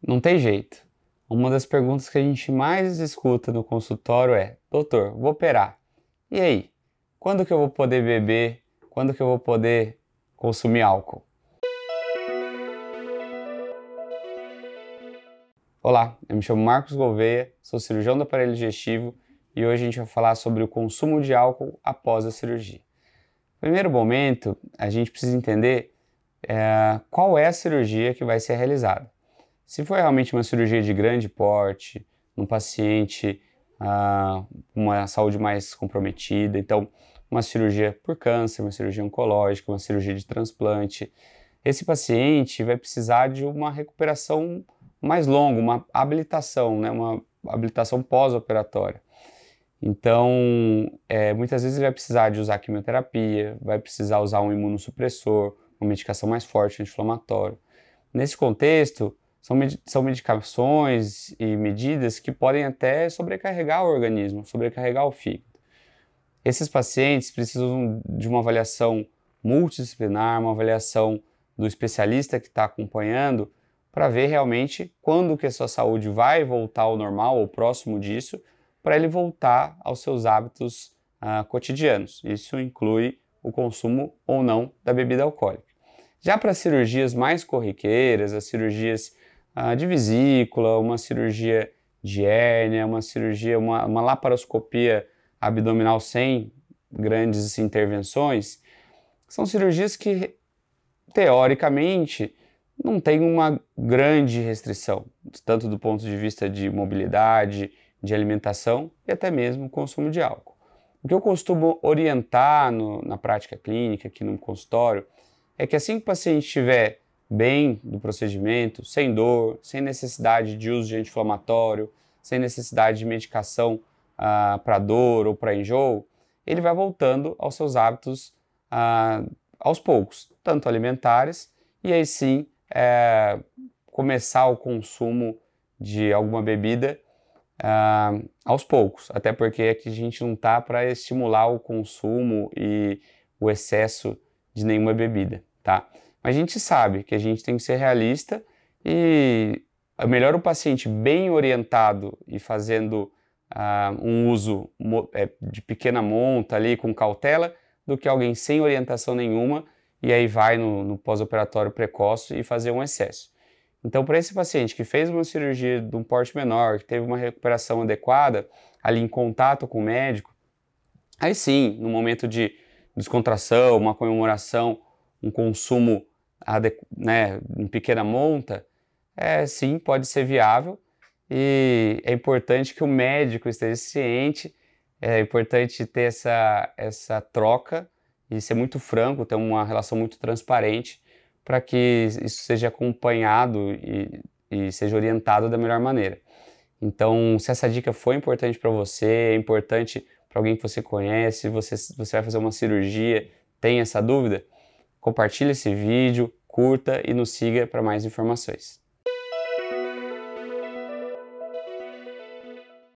Não tem jeito. Uma das perguntas que a gente mais escuta no consultório é: doutor, vou operar. E aí? Quando que eu vou poder beber? Quando que eu vou poder consumir álcool? Olá, eu me chamo Marcos Gouveia, sou cirurgião do aparelho digestivo e hoje a gente vai falar sobre o consumo de álcool após a cirurgia. No primeiro momento, a gente precisa entender qual é a cirurgia que vai ser realizada. Se for realmente uma cirurgia de grande porte, num paciente com uma saúde mais comprometida, então uma cirurgia por câncer, uma cirurgia oncológica, uma cirurgia de transplante, esse paciente vai precisar de uma recuperação mais longa, uma habilitação, né? Uma habilitação pós-operatória. Então, muitas vezes ele vai precisar de usar quimioterapia, vai precisar usar um imunossupressor, uma medicação mais forte, anti-inflamatório. Nesse contexto, são medicações e medidas que podem até sobrecarregar o organismo, sobrecarregar o fígado. Esses pacientes precisam de uma avaliação multidisciplinar, uma avaliação do especialista que está acompanhando, para ver realmente quando que a sua saúde vai voltar ao normal ou próximo disso, para ele voltar aos seus hábitos cotidianos. Isso inclui o consumo ou não da bebida alcoólica. Já para cirurgias mais corriqueiras, as cirurgias de vesícula, uma cirurgia de hérnia, uma laparoscopia abdominal sem grandes intervenções, são cirurgias que, teoricamente, não tem uma grande restrição, tanto do ponto de vista de mobilidade, de alimentação e até mesmo consumo de álcool. O que eu costumo orientar na prática clínica, aqui no consultório, é que assim que o paciente estiver bem do procedimento, sem dor, sem necessidade de uso de anti-inflamatório, sem necessidade de medicação para dor ou para enjoo, ele vai voltando aos seus hábitos aos poucos, tanto alimentares, e aí sim começar o consumo de alguma bebida aos poucos, até porque aqui a gente não está para estimular o consumo e o excesso de nenhuma bebida, tá? Mas a gente sabe que a gente tem que ser realista e é melhor o paciente bem orientado e fazendo um uso de pequena monta ali com cautela do que alguém sem orientação nenhuma e aí vai no pós-operatório precoce e fazer um excesso. Então, para esse paciente que fez uma cirurgia de um porte menor, que teve uma recuperação adequada, ali em contato com o médico, aí sim, no momento de descontração, uma comemoração, um consumo em pequena monta, sim, pode ser viável e é importante que o médico esteja ciente, é importante ter essa troca e ser muito franco, ter uma relação muito transparente para que isso seja acompanhado e seja orientado da melhor maneira. Então, se essa dica foi importante para você, é importante para alguém que você conhece, você vai fazer uma cirurgia, tem essa dúvida, compartilhe esse vídeo, curta e nos siga para mais informações.